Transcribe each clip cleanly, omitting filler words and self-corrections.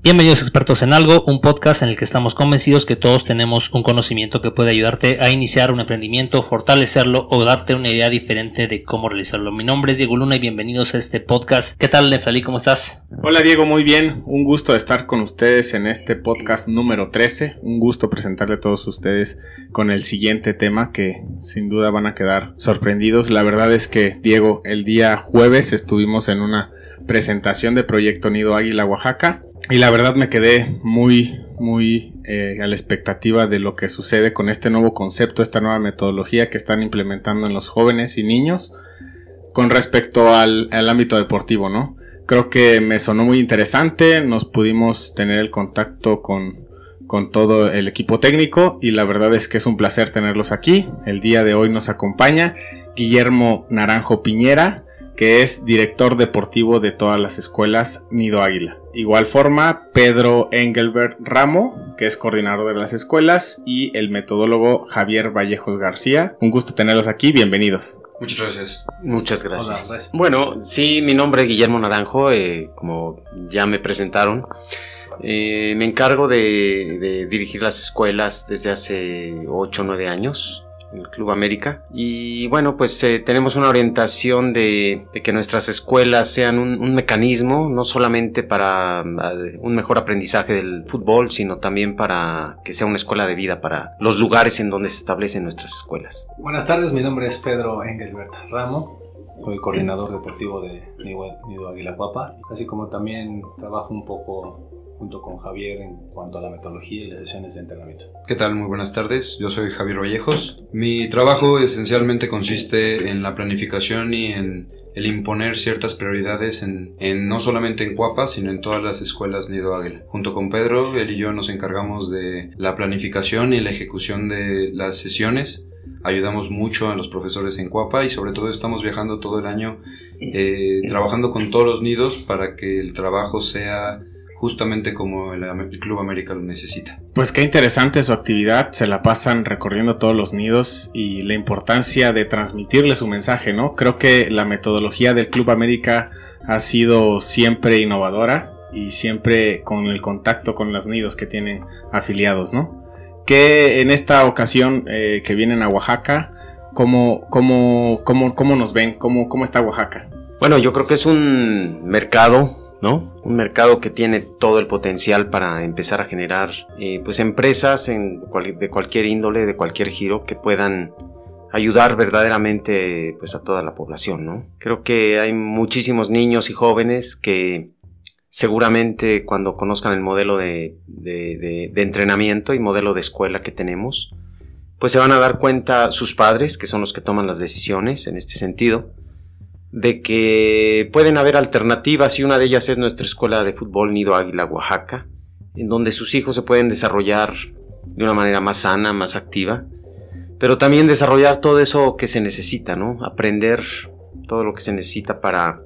Bienvenidos a Expertos en Algo, un podcast en el que estamos convencidos que todos tenemos un conocimiento que puede ayudarte a iniciar un emprendimiento, fortalecerlo o darte una idea diferente de cómo realizarlo. Mi nombre es Diego Luna y bienvenidos a este podcast. ¿Qué tal, Neftalí? ¿Cómo estás? Hola Diego, muy bien. Un gusto estar con ustedes en este podcast número 13. Un gusto presentarle a todos ustedes con el siguiente tema que sin duda van a quedar sorprendidos. La verdad es que, Diego, el día jueves estuvimos en una presentación de Proyecto Nido Águila, Oaxaca. Y la verdad me quedé muy a la expectativa de lo que sucede con este nuevo concepto, esta nueva metodología que están implementando en los jóvenes y niños con respecto al ámbito deportivo, ¿no? Creo que me sonó muy interesante, nos pudimos tener el contacto con todo el equipo técnico y la verdad es que es un placer tenerlos aquí. El día de hoy nos acompaña Guillermo Naranjo Piñera, que es director deportivo de todas las escuelas Nido Águila. Igual forma, Pedro Engelbert Ramo, que es coordinador de las escuelas, y el metodólogo Javier Vallejos García. Un gusto tenerlos aquí, bienvenidos. Muchas gracias. Muchas gracias. Hola, gracias. Bueno, sí, mi nombre es Guillermo Naranjo, como ya me presentaron. Me encargo de dirigir las escuelas desde hace 8 o 9 años en el Club América. Y bueno, pues tenemos una orientación de que nuestras escuelas sean un mecanismo, no solamente para un mejor aprendizaje del fútbol, sino también para que sea una escuela de vida para los lugares en donde se establecen nuestras escuelas. Buenas tardes, mi nombre es Pedro Engelbert Ramo. Soy coordinador deportivo de Nido Águila Guapa, así como también trabajo un poco junto con Javier en cuanto a la metodología y las sesiones de entrenamiento. ¿Qué tal? Muy buenas tardes, yo soy Javier Vallejos. Mi trabajo esencialmente consiste en la planificación y en el imponer ciertas prioridades no solamente en Cuapa, sino en todas las escuelas Nido Águila. Junto con Pedro, él y yo nos encargamos de la planificación y la ejecución de las sesiones. Ayudamos mucho a los profesores en Cuapa y sobre todo estamos viajando todo el año trabajando con todos los nidos para que el trabajo sea justamente como el Club América lo necesita. Pues qué interesante su actividad, se la pasan recorriendo todos los nidos y la importancia de transmitirle su mensaje, ¿no? Creo que la metodología del Club América ha sido siempre innovadora y siempre con el contacto con los nidos que tienen afiliados, ¿no? Que en esta ocasión que vienen a Oaxaca, ¿cómo nos ven? ¿Cómo está Oaxaca? Bueno, yo creo que es un mercado, ¿no? Un mercado que tiene todo el potencial para empezar a generar pues empresas de cualquier índole, de cualquier giro, que puedan ayudar verdaderamente pues a toda la población, ¿no? Creo que hay muchísimos niños y jóvenes que seguramente cuando conozcan el modelo de entrenamiento y modelo de escuela que tenemos, pues se van a dar cuenta sus padres, que son los que toman las decisiones en este sentido, de que pueden haber alternativas y una de ellas es nuestra escuela de fútbol Nido Águila Oaxaca, en donde sus hijos se pueden desarrollar de una manera más sana, más activa, pero también desarrollar todo eso que se necesita, ¿no? Aprender todo lo que se necesita para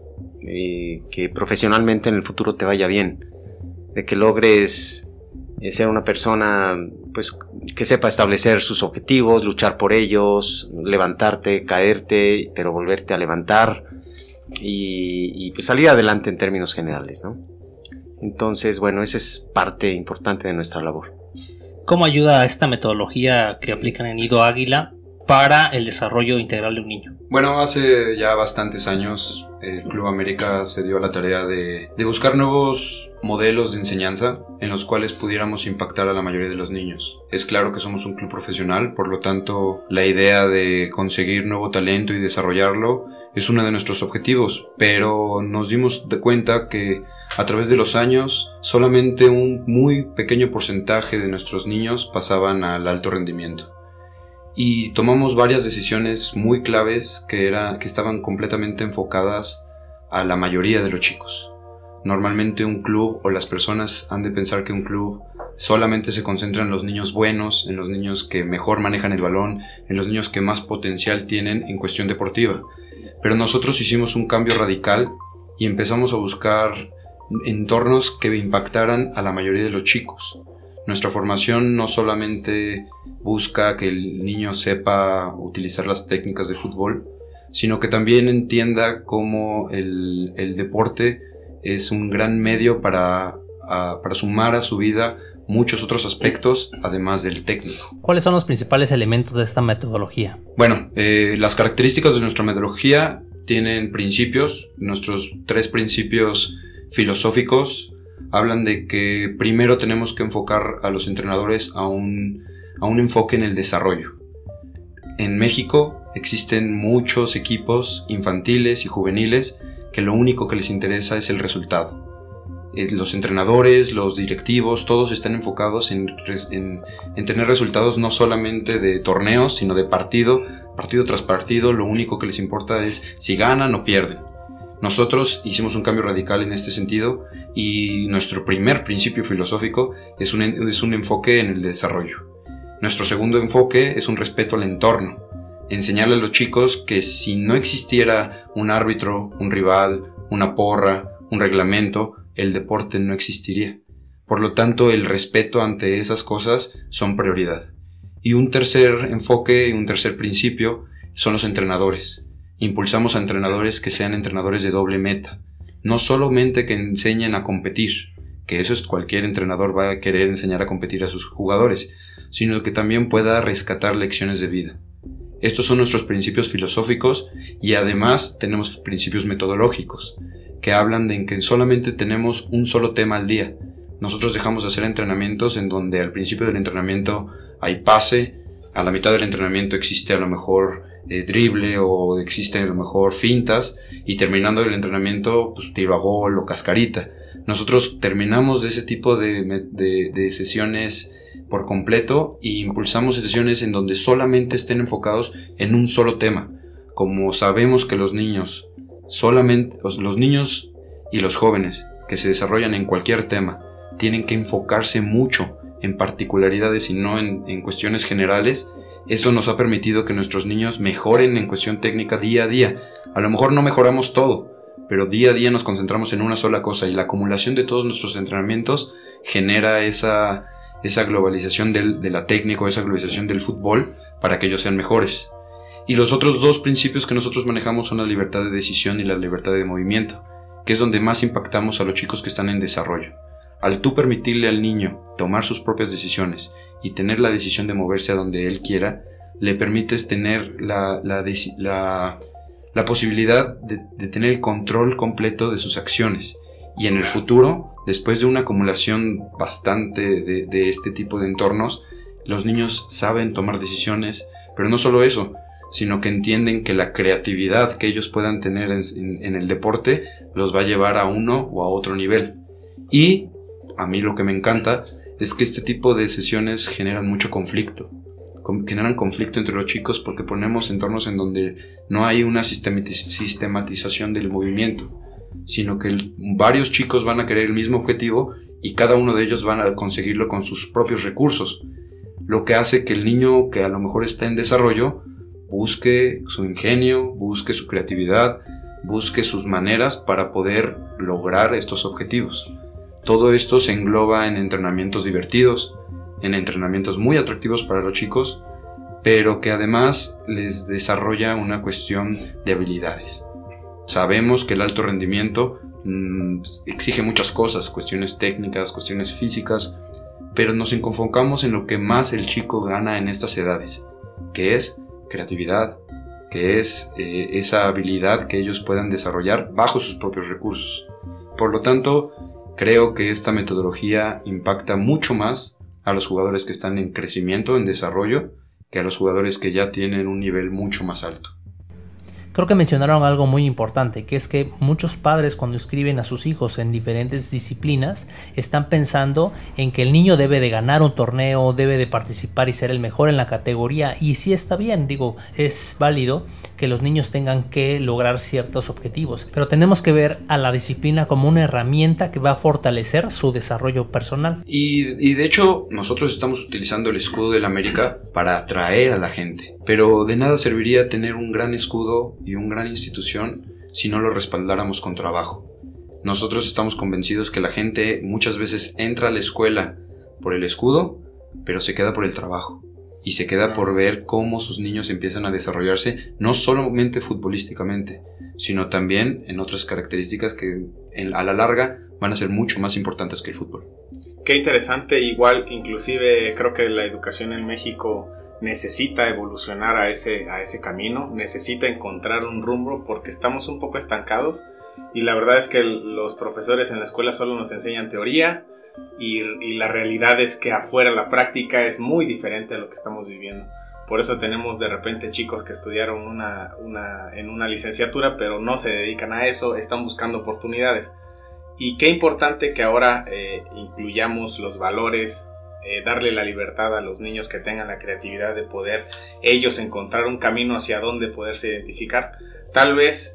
que profesionalmente en el futuro te vaya bien, de que logres ser una persona pues que sepa establecer sus objetivos, luchar por ellos, levantarte, caerte, pero volverte a levantar y pues salir adelante en términos generales, ¿no? Entonces, bueno, esa es parte importante de nuestra labor. ¿Cómo ayuda esta metodología que aplican en Nido Águila para el desarrollo integral de un niño? Bueno, hace ya bastantes años el Club América se dio a la tarea de buscar nuevos modelos de enseñanza en los cuales pudiéramos impactar a la mayoría de los niños. Es claro que somos un club profesional, por lo tanto la idea de conseguir nuevo talento y desarrollarlo es uno de nuestros objetivos, pero nos dimos de cuenta que a través de los años solamente un muy pequeño porcentaje de nuestros niños pasaban al alto rendimiento. Y tomamos varias decisiones muy claves que estaban completamente enfocadas a la mayoría de los chicos. Normalmente un club o las personas han de pensar que un club solamente se concentra en los niños buenos, en los niños que mejor manejan el balón, en los niños que más potencial tienen en cuestión deportiva. Pero nosotros hicimos un cambio radical y empezamos a buscar entornos que impactaran a la mayoría de los chicos. Nuestra formación no solamente busca que el niño sepa utilizar las técnicas de fútbol, sino que también entienda cómo el deporte es un gran medio para para sumar a su vida muchos otros aspectos además del técnico. ¿Cuáles son los principales elementos de esta metodología? Bueno, las características de nuestra metodología tienen principios. Nuestros 3 principios filosóficos hablan de que primero tenemos que enfocar a los entrenadores a un enfoque en el desarrollo. En México existen muchos equipos infantiles y juveniles que lo único que les interesa es el resultado. Los entrenadores, los directivos, todos están enfocados en tener resultados no solamente de torneos, sino de partido tras partido. Lo único que les importa es si ganan o pierden. Nosotros hicimos un cambio radical en este sentido y nuestro primer principio filosófico es un enfoque en el desarrollo. Nuestro segundo enfoque es un respeto al entorno. Enseñarle a los chicos que si no existiera un árbitro, un rival, una porra, un reglamento, el deporte no existiría. Por lo tanto, el respeto ante esas cosas son prioridad. Y un tercer enfoque, un tercer principio son los entrenadores. Impulsamos a entrenadores que sean entrenadores de doble meta. No solamente que enseñen a competir, que eso es cualquier entrenador va a querer enseñar a competir a sus jugadores, sino que también pueda rescatar lecciones de vida. Estos son nuestros principios filosóficos y además tenemos principios metodológicos que hablan de que solamente tenemos un solo tema al día. Nosotros dejamos de hacer entrenamientos en donde al principio del entrenamiento hay pase, a la mitad del entrenamiento existe a lo mejor drible o existen a lo mejor fintas y terminando el entrenamiento pues tiro a gol o cascarita. Nosotros terminamos de ese tipo de sesiones por completo e impulsamos sesiones en donde solamente estén enfocados en un solo tema. Como sabemos que los niños y los jóvenes que se desarrollan en cualquier tema tienen que enfocarse mucho en particularidades y no en cuestiones generales, eso nos ha permitido que nuestros niños mejoren en cuestión técnica día a día. A lo mejor no mejoramos todo, pero día a día nos concentramos en una sola cosa y la acumulación de todos nuestros entrenamientos genera esa globalización de la técnica, esa globalización del fútbol para que ellos sean mejores. Y los otros 2 principios que nosotros manejamos son la libertad de decisión y la libertad de movimiento, que es donde más impactamos a los chicos que están en desarrollo. Al tú permitirle al niño tomar sus propias decisiones y tener la decisión de moverse a donde él quiera, le permites tener la posibilidad de tener el control completo de sus acciones. Y en el futuro, después de una acumulación bastante de este tipo de entornos, los niños saben tomar decisiones, pero no solo eso, sino que entienden que la creatividad que ellos puedan tener en el deporte los va a llevar a uno o a otro nivel. Y a mí lo que me encanta es que este tipo de sesiones generan mucho conflicto. Generan conflicto entre los chicos porque ponemos entornos en donde no hay una sistematización del movimiento, sino que varios chicos van a querer el mismo objetivo y cada uno de ellos van a conseguirlo con sus propios recursos, lo que hace que el niño que a lo mejor está en desarrollo busque su ingenio, busque su creatividad, busque sus maneras para poder lograr estos objetivos. Todo esto se engloba en entrenamientos divertidos, en entrenamientos muy atractivos para los chicos, pero que además les desarrolla una cuestión de habilidades. Sabemos que el alto rendimiento exige muchas cosas, cuestiones técnicas, cuestiones físicas, pero nos enfocamos en lo que más el chico gana en estas edades, que es creatividad, que es esa habilidad que ellos puedan desarrollar bajo sus propios recursos. Por lo tanto, creo que esta metodología impacta mucho más a los jugadores que están en crecimiento, en desarrollo, que a los jugadores que ya tienen un nivel mucho más alto. Creo que mencionaron algo muy importante, que es que muchos padres cuando inscriben a sus hijos en diferentes disciplinas están pensando en que el niño debe de ganar un torneo, debe de participar y ser el mejor en la categoría, y sí está bien, digo, es válido que los niños tengan que lograr ciertos objetivos, pero tenemos que ver a la disciplina como una herramienta que va a fortalecer su desarrollo personal. Y de hecho nosotros estamos utilizando el escudo del América para atraer a la gente, pero de nada serviría tener un gran escudo y una gran institución si no lo respaldáramos con trabajo. Nosotros estamos convencidos que la gente muchas veces entra a la escuela por el escudo, pero se queda por el trabajo. y se queda por ver cómo sus niños empiezan a desarrollarse, no solamente futbolísticamente, sino también en otras características que a la larga van a ser mucho más importantes que el fútbol. Qué interesante. Igual, inclusive creo que la educación en México necesita evolucionar a ese camino, necesita encontrar un rumbo, porque estamos un poco estancados y la verdad es que los profesores en la escuela solo nos enseñan teoría y la realidad es que afuera la práctica es muy diferente a lo que estamos viviendo. Por eso tenemos de repente chicos que estudiaron en una licenciatura pero no se dedican a eso, están buscando oportunidades. Y qué importante que ahora incluyamos los valores, darle la libertad a los niños que tengan la creatividad de poder ellos encontrar un camino hacia dónde poderse identificar. Tal vez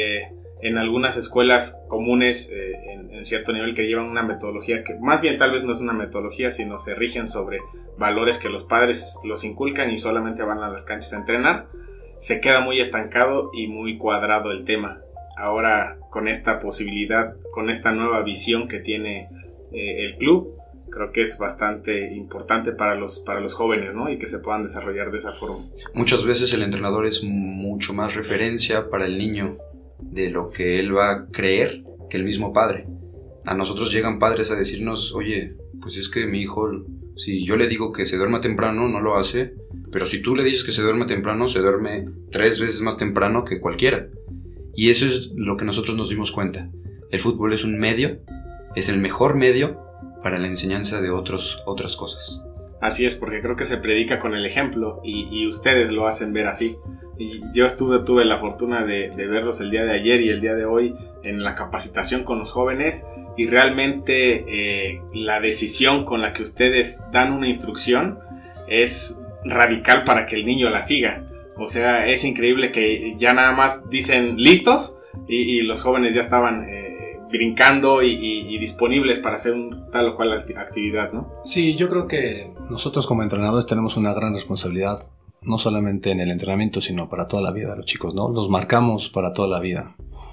en algunas escuelas comunes en cierto nivel que llevan una metodología que más bien tal vez no es una metodología, sino se rigen sobre valores que los padres los inculcan y solamente van a las canchas a entrenar, se queda muy estancado y muy cuadrado el tema. Ahora con esta posibilidad, con esta nueva visión que tiene el club, creo que es bastante importante para los jóvenes, ¿no? Y que se puedan desarrollar de esa forma. Muchas veces el entrenador es mucho más referencia para el niño de lo que él va a creer que el mismo padre. A nosotros llegan padres a decirnos, oye, pues es que mi hijo, si yo le digo que se duerma temprano, no lo hace, pero si tú le dices que se duerma temprano, se duerme 3 veces más temprano que cualquiera. Y eso es lo que nosotros nos dimos cuenta. El fútbol es un medio, es el mejor medio para la enseñanza de otras cosas. Así es, porque creo que se predica con el ejemplo y ustedes lo hacen ver así. Y yo tuve la fortuna de verlos el día de ayer y el día de hoy en la capacitación con los jóvenes y realmente la decisión con la que ustedes dan una instrucción es radical para que el niño la siga. O sea, es increíble que ya nada más dicen listos y los jóvenes ya estaban brincando y disponibles para hacer tal o cual actividad, ¿no? Sí, yo creo que nosotros como entrenadores tenemos una gran responsabilidad, no solamente en el entrenamiento, sino para toda la vida de los chicos, ¿no? Los marcamos para toda la vida.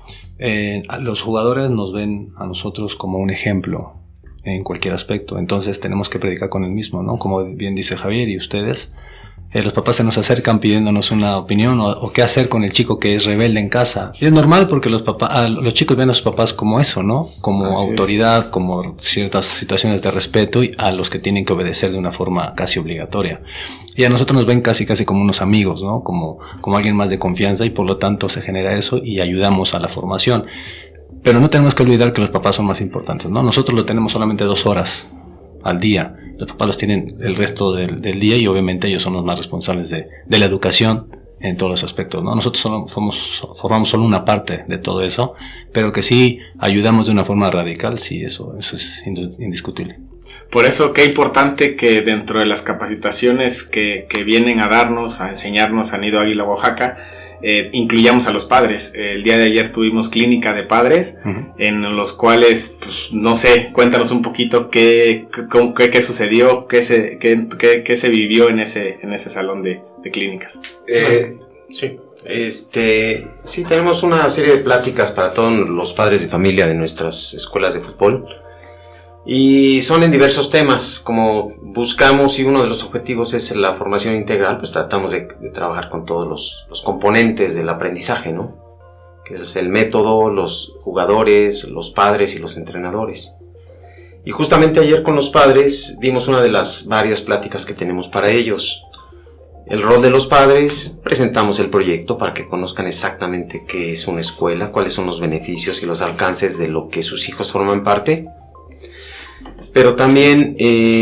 Los jugadores nos ven a nosotros como un ejemplo en cualquier aspecto, entonces tenemos que predicar con el mismo, ¿no? Como bien dice Javier y ustedes, los papás se nos acercan pidiéndonos una opinión o qué hacer con el chico que es rebelde en casa. Y es normal porque los chicos ven a sus papás como eso, ¿no? Como Así autoridad, es. como ciertas situaciones de respeto y a los que tienen que obedecer de una forma casi obligatoria. Y a nosotros nos ven casi como unos amigos, ¿no? Como alguien más de confianza y por lo tanto se genera eso y ayudamos a la formación. Pero no tenemos que olvidar que los papás son más importantes, ¿no? Nosotros lo tenemos solamente 2 horas al día. Los papás los tienen el resto del día y obviamente ellos son los más responsables de la educación en todos los aspectos, ¿no? Nosotros formamos solo una parte de todo eso, pero que sí ayudamos de una forma radical, sí, eso es indiscutible. Por eso qué importante que dentro de las capacitaciones que vienen a darnos, a enseñarnos a Nido Águila Oaxaca, incluyamos a los padres. El día de ayer tuvimos clínica de padres, en los cuales, pues, no sé, cuéntanos un poquito qué sucedió, qué se vivió en ese salón de clínicas. Sí. Sí, tenemos una serie de pláticas para todos los padres de familia de nuestras escuelas de fútbol. Y son en diversos temas, como buscamos y uno de los objetivos es la formación integral, pues tratamos de trabajar con todos los componentes del aprendizaje, ¿no? Que ese es el método, los jugadores, los padres y los entrenadores. Y justamente ayer con los padres dimos una de las varias pláticas que tenemos para ellos. El rol de los padres, presentamos el proyecto para que conozcan exactamente qué es una escuela, cuáles son los beneficios y los alcances de lo que sus hijos forman parte. Pero también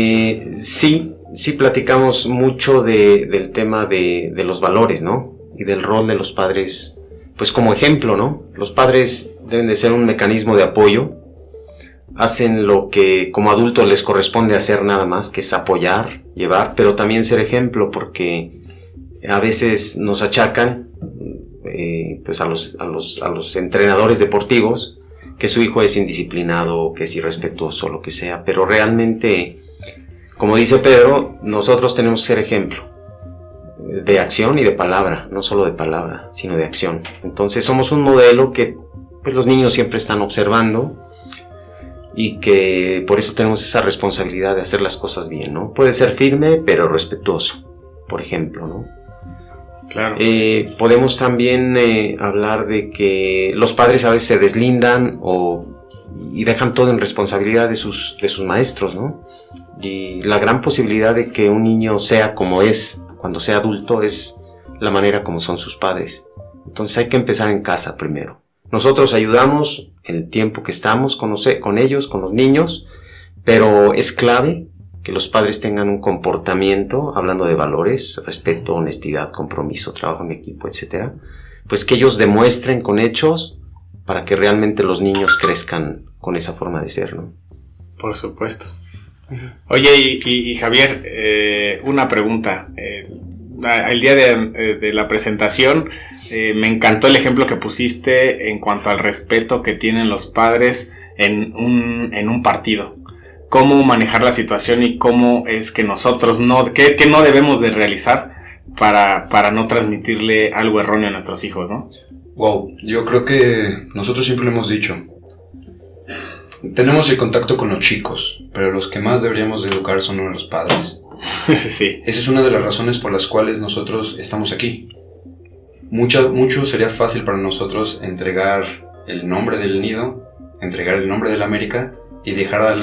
sí platicamos mucho del tema de los valores, ¿no? Y del rol de los padres, pues como ejemplo, ¿no? Los padres deben de ser un mecanismo de apoyo, hacen lo que como adultos les corresponde hacer nada más, que es apoyar, llevar, pero también ser ejemplo, porque a veces nos achacan pues a los entrenadores deportivos, que su hijo es indisciplinado, que es irrespetuoso, lo que sea, pero realmente, como dice Pedro, nosotros tenemos que ser ejemplo de acción y de palabra, no solo de palabra, sino de acción. Entonces somos un modelo que pues, los niños siempre están observando y que por eso tenemos esa responsabilidad de hacer las cosas bien, ¿no? Puede ser firme, pero respetuoso. por ejemplo, ¿no? Claro. Podemos también hablar de que los padres a veces se deslindan y dejan todo en responsabilidad de sus maestros, ¿no? Y la gran posibilidad de que un niño sea como es cuando sea adulto es la manera como son sus padres. Entonces hay que empezar en casa primero. Nosotros ayudamos en el tiempo que estamos con ellos, con los niños, pero es clave que los padres tengan un comportamiento, hablando de valores, respeto, honestidad, compromiso, trabajo en equipo, etcétera, pues que ellos demuestren con hechos para que realmente los niños crezcan con esa forma de ser, ¿no? Por supuesto. Oye, y Javier, una pregunta. El día de la presentación me encantó el ejemplo que pusiste en cuanto al respeto que tienen los padres en un partido. Cómo manejar la situación y cómo es que nosotros qué no debemos de realizar para no transmitirle algo erróneo a nuestros hijos, ¿no? Wow, yo creo que nosotros siempre lo hemos dicho. Tenemos el contacto con los chicos, pero los que más deberíamos de educar son los padres. Sí. Esa es una de las razones por las cuales nosotros estamos aquí. Mucho sería fácil para nosotros entregar el nombre del nido, entregar el nombre de la América y dejar a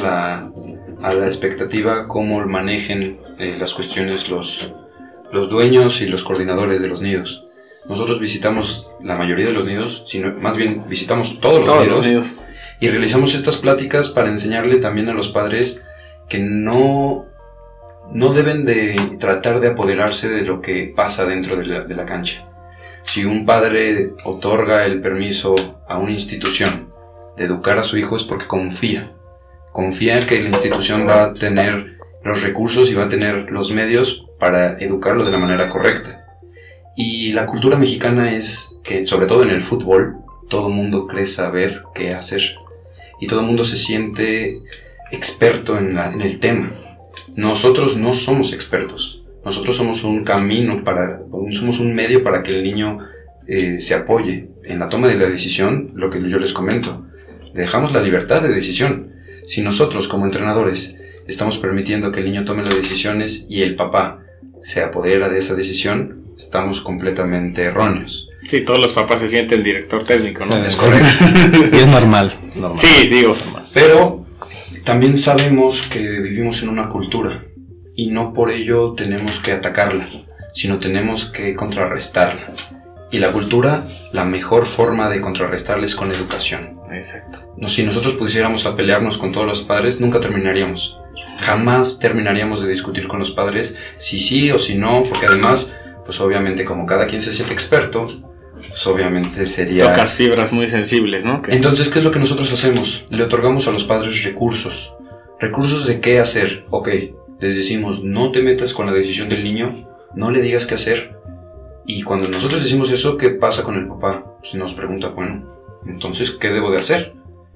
la expectativa cómo manejen las cuestiones los dueños y los coordinadores de los nidos. Nosotros visitamos la mayoría de los nidos, más bien visitamos todos los nidos y realizamos estas pláticas para enseñarle también a los padres que no deben de tratar de apoderarse de lo que pasa dentro de la cancha. Si un padre otorga el permiso a una institución de educar a su hijo es porque confía que la institución va a tener los recursos y va a tener los medios para educarlo de la manera correcta. Y la cultura mexicana es que, sobre todo en el fútbol, todo el mundo cree saber qué hacer y todo el mundo se siente experto en el tema. Nosotros no somos expertos, nosotros somos un camino somos un medio para que el niño se apoye en la toma de la decisión. Lo que yo les comento, dejamos la libertad de decisión. Si nosotros como entrenadores estamos permitiendo que el niño tome las decisiones y el papá se apodera de esa decisión, estamos completamente erróneos. Sí, todos los papás se sienten director técnico, ¿no? Es correcto. Y es normal. Sí, digo. Pero también sabemos que vivimos en una cultura y no por ello tenemos que atacarla, sino tenemos que contrarrestarla. Y la cultura, la mejor forma de contrarrestarla es con la educación. Exacto. Si nosotros pudiéramos a pelearnos con todos los padres, nunca terminaríamos. Jamás terminaríamos de discutir con los padres si sí o si no, porque además, pues obviamente como cada quien se siente experto, pues obviamente sería... Tocas fibras muy sensibles, ¿no? Entonces, ¿qué es lo que nosotros hacemos? Le otorgamos a los padres recursos. ¿Recursos de qué hacer? Ok, les decimos, no te metas con la decisión del niño, no le digas qué hacer. Y cuando nosotros decimos eso, ¿qué pasa con el papá? Pues nos pregunta, bueno, entonces, ¿qué debo de hacer?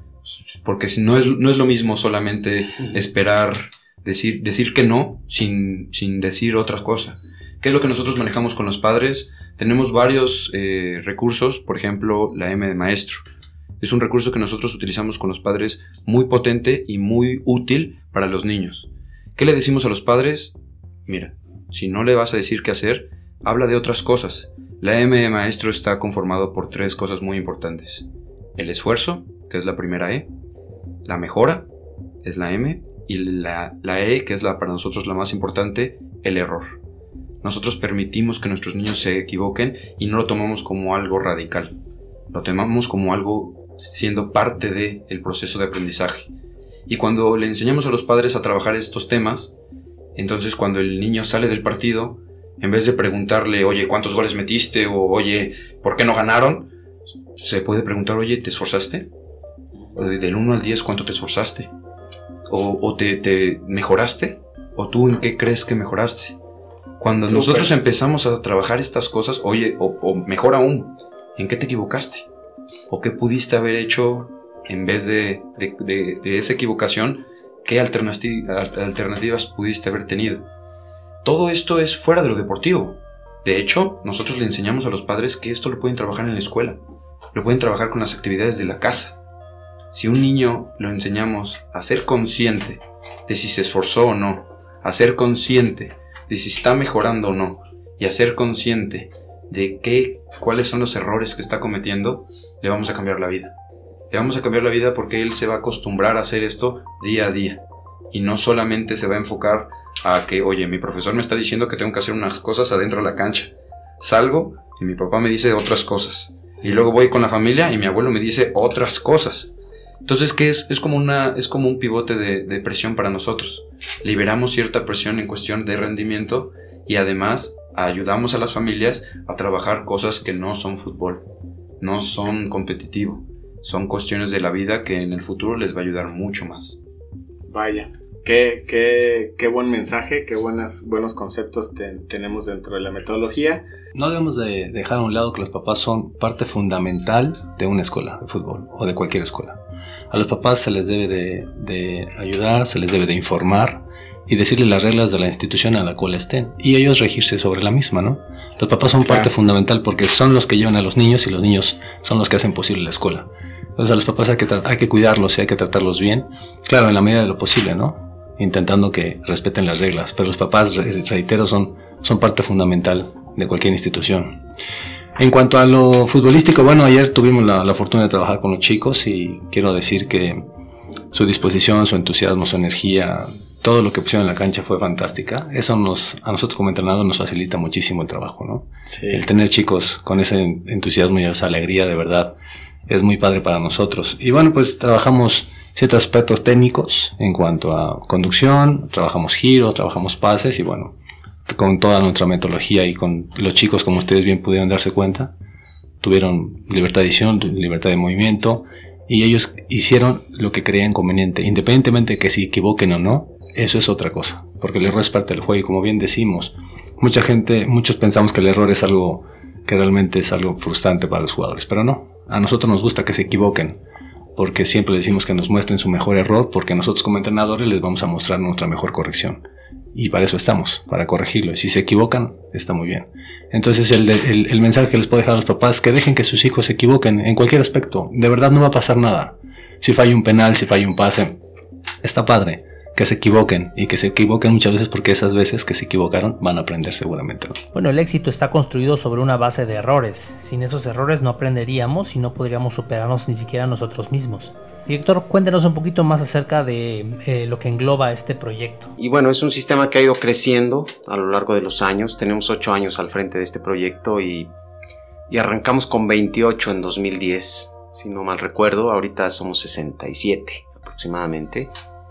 Porque si no es lo mismo solamente esperar, decir que no, sin decir otra cosa. ¿Qué es lo que nosotros manejamos con los padres? Tenemos varios recursos, por ejemplo, la M de maestro. Es un recurso que nosotros utilizamos con los padres muy potente y muy útil para los niños. ¿Qué le decimos a los padres? Mira, si no le vas a decir qué hacer, habla de otras cosas. La M de maestro está conformado por 3 cosas muy importantes. El esfuerzo, que es la primera E. La mejora, es la M. Y la E, que es para nosotros la más importante, el error. Nosotros permitimos que nuestros niños se equivoquen y no lo tomamos como algo radical. Lo tomamos como algo siendo parte del proceso de aprendizaje. Y cuando le enseñamos a los padres a trabajar estos temas, entonces cuando el niño sale del partido, en vez de preguntarle, oye, ¿cuántos goles metiste? O, oye, ¿por qué no ganaron? Se puede preguntar, oye, ¿te esforzaste? Del 1 al 10, ¿cuánto te esforzaste? ¿O te mejoraste? ¿O tú en qué crees que mejoraste? Cuando nosotros empezamos a trabajar estas cosas, oye, o mejor aún, ¿en qué te equivocaste? ¿O qué pudiste haber hecho en vez de esa equivocación? ¿Qué alternativas pudiste haber tenido? Todo esto es fuera de lo deportivo. De hecho, nosotros le enseñamos a los padres que esto lo pueden trabajar en la escuela. Lo pueden trabajar con las actividades de la casa. Si un niño lo enseñamos a ser consciente de si se esforzó o no, a ser consciente de si está mejorando o no, y a ser consciente de cuáles son los errores que está cometiendo, le vamos a cambiar la vida. Le vamos a cambiar la vida porque él se va a acostumbrar a hacer esto día a día. Y no solamente se va a enfocar a que, oye, mi profesor me está diciendo que tengo que hacer unas cosas adentro de la cancha. Salgo y mi papá me dice otras cosas. Y luego voy con la familia y mi abuelo me dice otras cosas. Entonces, ¿qué es? Es como un pivote de presión para nosotros. Liberamos cierta presión en cuestión de rendimiento y además ayudamos a las familias a trabajar cosas que no son fútbol, no son competitivo. Son cuestiones de la vida que en el futuro les va a ayudar mucho más. Vaya, qué buen mensaje, qué buenos conceptos tenemos dentro de la metodología. No debemos de dejar a un lado que los papás son parte fundamental de una escuela de fútbol o de cualquier escuela. A los papás se les debe de ayudar, se les debe de informar y decirles las reglas de la institución a la cual estén y ellos regirse sobre la misma, ¿no? Los papás son parte fundamental porque son los que llevan a los niños y los niños son los que hacen posible la escuela. Entonces a los papás hay que cuidarlos y hay que tratarlos bien, claro, en la medida de lo posible, ¿no? Intentando que respeten las reglas, pero los papás, reitero, son parte fundamental de cualquier institución. En cuanto a lo futbolístico, bueno, ayer tuvimos la fortuna de trabajar con los chicos y quiero decir que su disposición, su entusiasmo, su energía, todo lo que pusieron en la cancha fue fantástica. Eso a nosotros como entrenadores nos facilita muchísimo el trabajo, ¿no? Sí. El tener chicos con ese entusiasmo y esa alegría, de verdad, es muy padre para nosotros. Y bueno, pues trabajamos ciertos aspectos técnicos en cuanto a conducción, trabajamos giros, trabajamos pases y bueno, con toda nuestra metodología y con los chicos, como ustedes bien pudieron darse cuenta, tuvieron libertad de decisión, libertad de movimiento y ellos hicieron lo que creían conveniente, independientemente de que se equivoquen o no, eso es otra cosa, porque el error es parte del juego y como bien decimos, muchos pensamos que el error es algo que realmente es algo frustrante para los jugadores, pero no. A nosotros nos gusta que se equivoquen, porque siempre les decimos que nos muestren su mejor error, porque nosotros como entrenadores les vamos a mostrar nuestra mejor corrección. Y para eso estamos, para corregirlo. Y si se equivocan, está muy bien. Entonces el mensaje que les puedo dejar a los papás es que dejen que sus hijos se equivoquen en cualquier aspecto. De verdad no va a pasar nada. Si falla un penal, si falla un pase, está padre. Que se equivoquen y que se equivoquen muchas veces porque esas veces que se equivocaron van a aprender seguramente, ¿no? Bueno, el éxito está construido sobre una base de errores. Sin esos errores no aprenderíamos y no podríamos superarnos ni siquiera nosotros mismos. Director, cuéntenos un poquito más acerca de lo que engloba este proyecto. Y bueno, es un sistema que ha ido creciendo a lo largo de los años. Tenemos 8 años al frente de este proyecto y arrancamos con 28 en 2010, si no mal recuerdo. Ahorita somos 67 aproximadamente.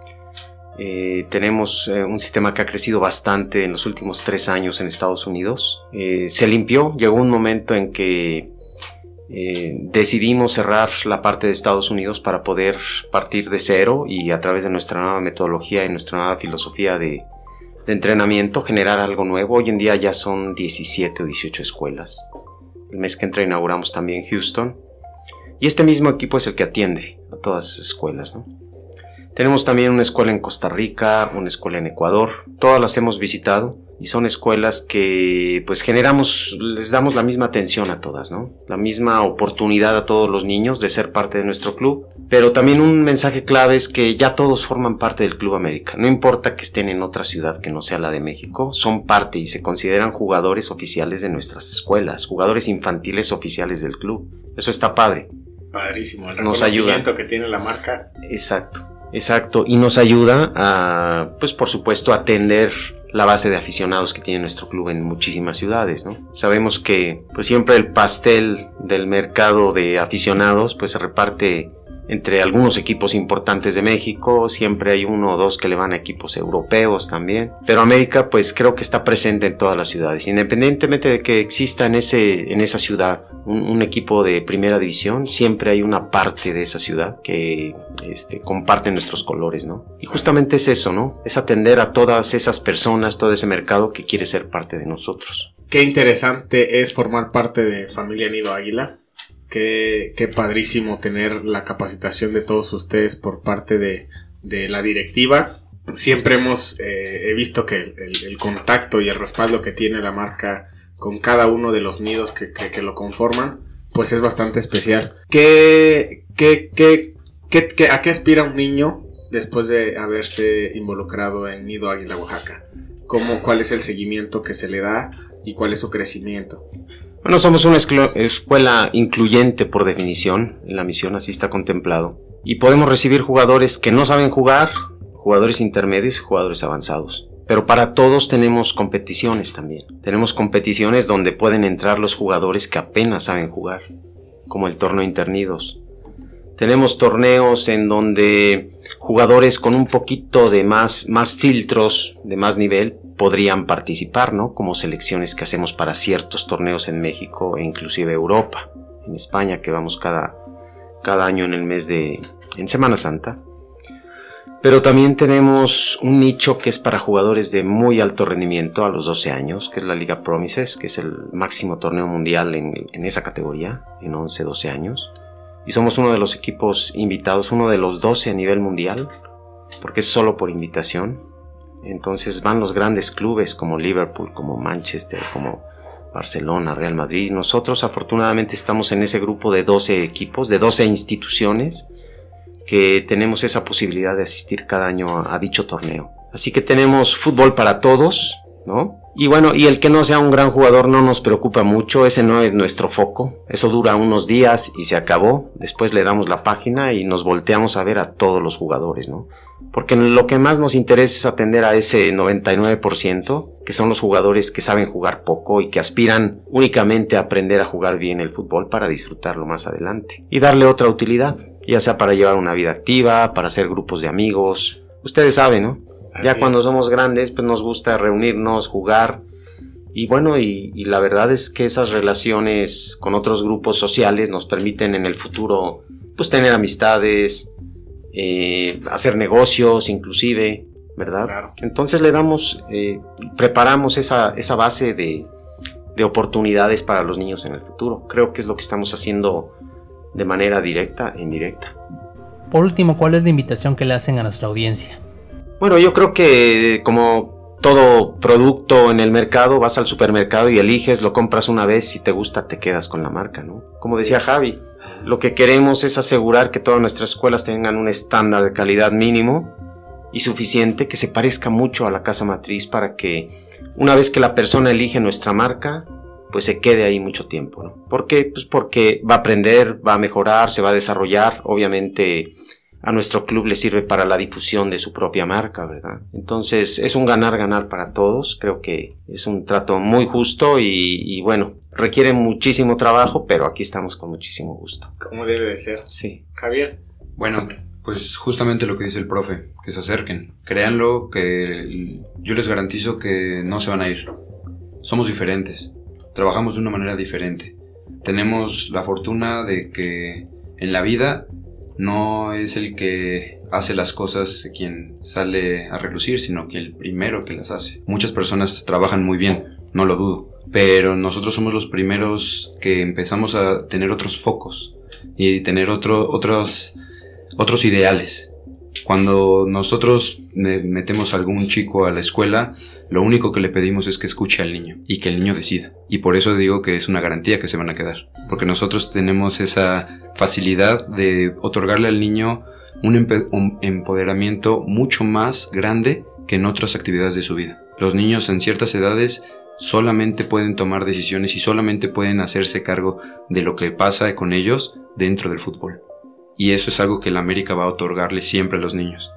Tenemos un sistema que ha crecido bastante en los últimos 3 años en Estados Unidos. Se limpió, llegó un momento en que decidimos cerrar la parte de Estados Unidos para poder partir de cero y a través de nuestra nueva metodología y nuestra nueva filosofía de entrenamiento generar algo nuevo. Hoy en día ya son 17 o 18 escuelas. El mes que entra inauguramos también Houston y este mismo equipo es el que atiende a todas las escuelas, ¿no? Tenemos también una escuela en Costa Rica, una escuela en Ecuador, todas las hemos visitado y son escuelas que pues les damos la misma atención a todas, ¿no? La misma oportunidad a todos los niños de ser parte de nuestro club, pero también un mensaje clave es que ya todos forman parte del Club América, no importa que estén en otra ciudad que no sea la de México, son parte y se consideran jugadores oficiales de nuestras escuelas, jugadores infantiles oficiales del club, eso está padre. Padrísimo, el reconocimiento que tiene la marca. Exacto, y nos ayuda a, pues por supuesto, a atender la base de aficionados que tiene nuestro club en muchísimas ciudades, ¿no? Sabemos que pues siempre el pastel del mercado de aficionados pues se reparte entre algunos equipos importantes de México, siempre hay 1 o 2 que le van a equipos europeos también, pero América pues creo que está presente en todas las ciudades, independientemente de que exista en esa ciudad un equipo de primera división, siempre hay una parte de esa ciudad que comparte nuestros colores, ¿no? Y justamente es eso, ¿no? Es atender a todas esas personas, todo ese mercado que quiere ser parte de nosotros. Qué interesante es formar parte de Familia Nido Águila. Qué padrísimo tener la capacitación de todos ustedes por parte de la directiva. Siempre he visto que el contacto y el respaldo que tiene la marca con cada uno de los nidos que lo conforman, pues es bastante especial. ¿A qué aspira un niño después de haberse involucrado en Nido Águila Oaxaca? ¿Cuál es el seguimiento que se le da? y cuál es su crecimiento? Bueno, somos una escuela incluyente por definición, en la misión así está contemplado, y podemos recibir jugadores que no saben jugar, jugadores intermedios y jugadores avanzados. Pero para todos tenemos competiciones también. Tenemos competiciones donde pueden entrar los jugadores que apenas saben jugar, como el torneo Internidos. Tenemos torneos en donde jugadores con un poquito de más filtros, de más nivel, podrían participar, ¿no? Como selecciones que hacemos para ciertos torneos en México e inclusive Europa, en España, que vamos cada año en el mes en Semana Santa. Pero también tenemos un nicho que es para jugadores de muy alto rendimiento a los 12 años, que es la Liga Promises, que es el máximo torneo mundial en esa categoría, en 11-12 años. Y somos uno de los equipos invitados, uno de los 12 a nivel mundial, porque es solo por invitación. Entonces van los grandes clubes como Liverpool, como Manchester, como Barcelona, Real Madrid. Nosotros afortunadamente estamos en ese grupo de 12 equipos, de 12 instituciones, que tenemos esa posibilidad de asistir cada año a dicho torneo. Así que tenemos fútbol para todos, ¿no? Y bueno, y el que no sea un gran jugador no nos preocupa mucho, ese no es nuestro foco, eso dura unos días y se acabó, después le damos la página y nos volteamos a ver a todos los jugadores, ¿no? Porque lo que más nos interesa es atender a ese 99%, que son los jugadores que saben jugar poco y que aspiran únicamente a aprender a jugar bien el fútbol para disfrutarlo más adelante y darle otra utilidad, ya sea para llevar una vida activa, para hacer grupos de amigos, ustedes saben, ¿no? Ya cuando somos grandes, pues nos gusta reunirnos, jugar. Y bueno, y la verdad es que esas relaciones con otros grupos sociales nos permiten en el futuro, pues tener amistades, hacer negocios inclusive, ¿verdad? Claro. Entonces le damos, preparamos esa base de oportunidades para los niños en el futuro. Creo que es lo que estamos haciendo de manera directa e indirecta. Por último, ¿cuál es la invitación que le hacen a nuestra audiencia? Bueno, yo creo que como todo producto en el mercado, vas al supermercado y eliges, lo compras una vez, si te gusta te quedas con la marca, ¿no? Como decía Javi, lo que queremos es asegurar que todas nuestras escuelas tengan un estándar de calidad mínimo y suficiente, que se parezca mucho a la casa matriz para que una vez que la persona elige nuestra marca, pues se quede ahí mucho tiempo, ¿no? ¿Por qué? Pues porque va a aprender, va a mejorar, se va a desarrollar, obviamente a nuestro club le sirve para la difusión de su propia marca, ¿verdad? Entonces es un ganar-ganar para todos, creo que es un trato muy justo y bueno, requiere muchísimo trabajo, pero aquí estamos con muchísimo gusto. ¿Cómo debe de ser? Sí. Javier. Bueno, pues justamente lo que dice el profe, que se acerquen, créanlo, que yo les garantizo que no se van a ir. Somos diferentes, trabajamos de una manera diferente. Tenemos la fortuna de que en la vida no es el que hace las cosas quien sale a relucir, sino que el primero que las hace. Muchas personas trabajan muy bien, no lo dudo, pero nosotros somos los primeros que empezamos a tener otros focos y tener otros ideales. Cuando nosotros metemos a algún chico a la escuela, lo único que le pedimos es que escuche al niño y que el niño decida. Y por eso digo que es una garantía que se van a quedar. Porque nosotros tenemos esa facilidad de otorgarle al niño un empoderamiento mucho más grande que en otras actividades de su vida. Los niños en ciertas edades solamente pueden tomar decisiones y solamente pueden hacerse cargo de lo que pasa con ellos dentro del fútbol. Y eso es algo que la América va a otorgarle siempre a los niños.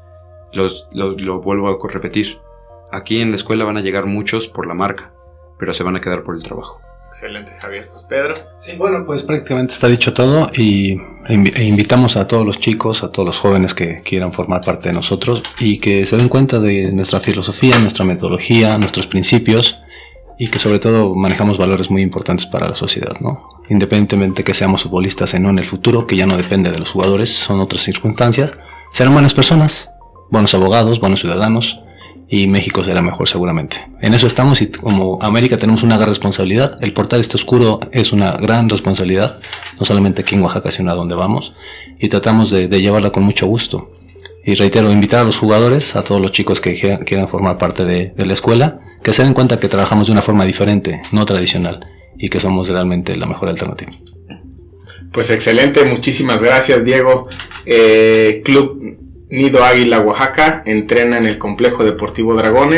Lo vuelvo a repetir. Aquí en la escuela van a llegar muchos por la marca, pero se van a quedar por el trabajo. Excelente, Javier. Pues Pedro. Sí, bueno, pues prácticamente está dicho todo e invitamos a todos los chicos, a todos los jóvenes que quieran formar parte de nosotros y que se den cuenta de nuestra filosofía, nuestra metodología, nuestros principios y que sobre todo manejamos valores muy importantes para la sociedad, ¿no? Independientemente que seamos futbolistas en el futuro, que ya no depende de los jugadores, son otras circunstancias, serán buenas personas, buenos abogados, buenos ciudadanos y México será mejor seguramente. En eso estamos y como América tenemos una gran responsabilidad. El portal este oscuro es una gran responsabilidad, no solamente aquí en Oaxaca, sino a donde vamos, y tratamos de llevarla con mucho gusto. Y reitero, invitar a los jugadores, a todos los chicos que quieran formar parte de la escuela, que se den cuenta que trabajamos de una forma diferente, no tradicional, y que somos realmente la mejor alternativa. Pues excelente, muchísimas gracias, Diego. Club Nido Águila Oaxaca entrena en el Complejo Deportivo Dragones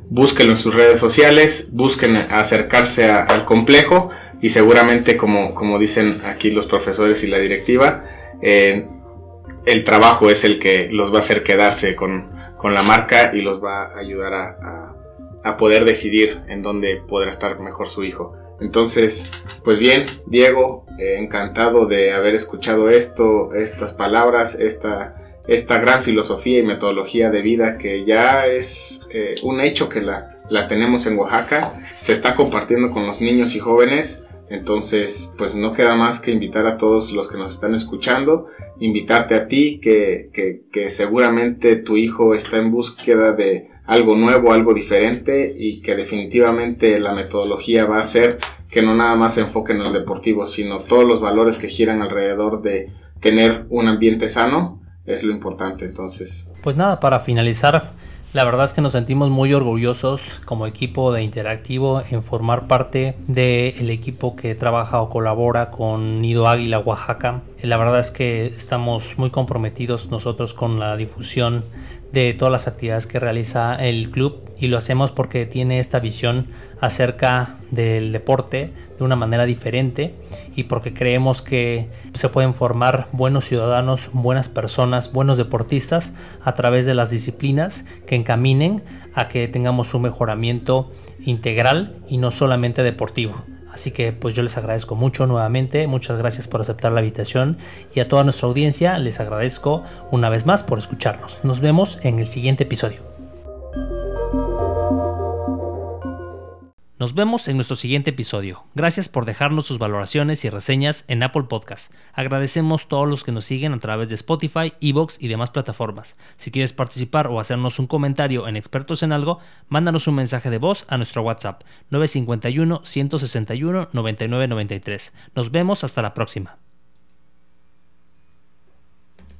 búsquenlo en sus redes sociales, busquen acercarse al complejo y seguramente, como dicen aquí los profesores y la directiva, el trabajo es el que los va a hacer quedarse con la marca y los va a ayudar a poder decidir en dónde podrá estar mejor su hijo. Entonces, pues bien, Diego, encantado de haber escuchado estas palabras, esta gran filosofía y metodología de vida que ya es un hecho que la tenemos en Oaxaca, se está compartiendo con los niños y jóvenes. Entonces, pues no queda más que invitar a todos los que nos están escuchando, invitarte a ti, que seguramente tu hijo está en búsqueda de algo nuevo, algo diferente, y que definitivamente la metodología va a hacer que no nada más se enfoque en el deportivo, sino todos los valores que giran alrededor de tener un ambiente sano es lo importante. Entonces, pues nada, para finalizar, la verdad es que nos sentimos muy orgullosos como equipo de Interactivo en formar parte del equipo que trabaja o colabora con Nido Águila Oaxaca. La verdad es que estamos muy comprometidos nosotros con la difusión de todas las actividades que realiza el club, y lo hacemos porque tiene esta visión acerca del deporte de una manera diferente, y porque creemos que se pueden formar buenos ciudadanos, buenas personas, buenos deportistas a través de las disciplinas que encaminen a que tengamos un mejoramiento integral y no solamente deportivo. Así que pues yo les agradezco mucho nuevamente, muchas gracias por aceptar la invitación, y a toda nuestra audiencia les agradezco una vez más por escucharnos. Nos vemos en el siguiente episodio. Nos vemos en nuestro siguiente episodio. Gracias por dejarnos sus valoraciones y reseñas en Apple Podcast. Agradecemos a todos los que nos siguen a través de Spotify, iVoox y demás plataformas. Si quieres participar o hacernos un comentario en Expertos en Algo, mándanos un mensaje de voz a nuestro WhatsApp 951 161 9993. Nos vemos hasta la próxima.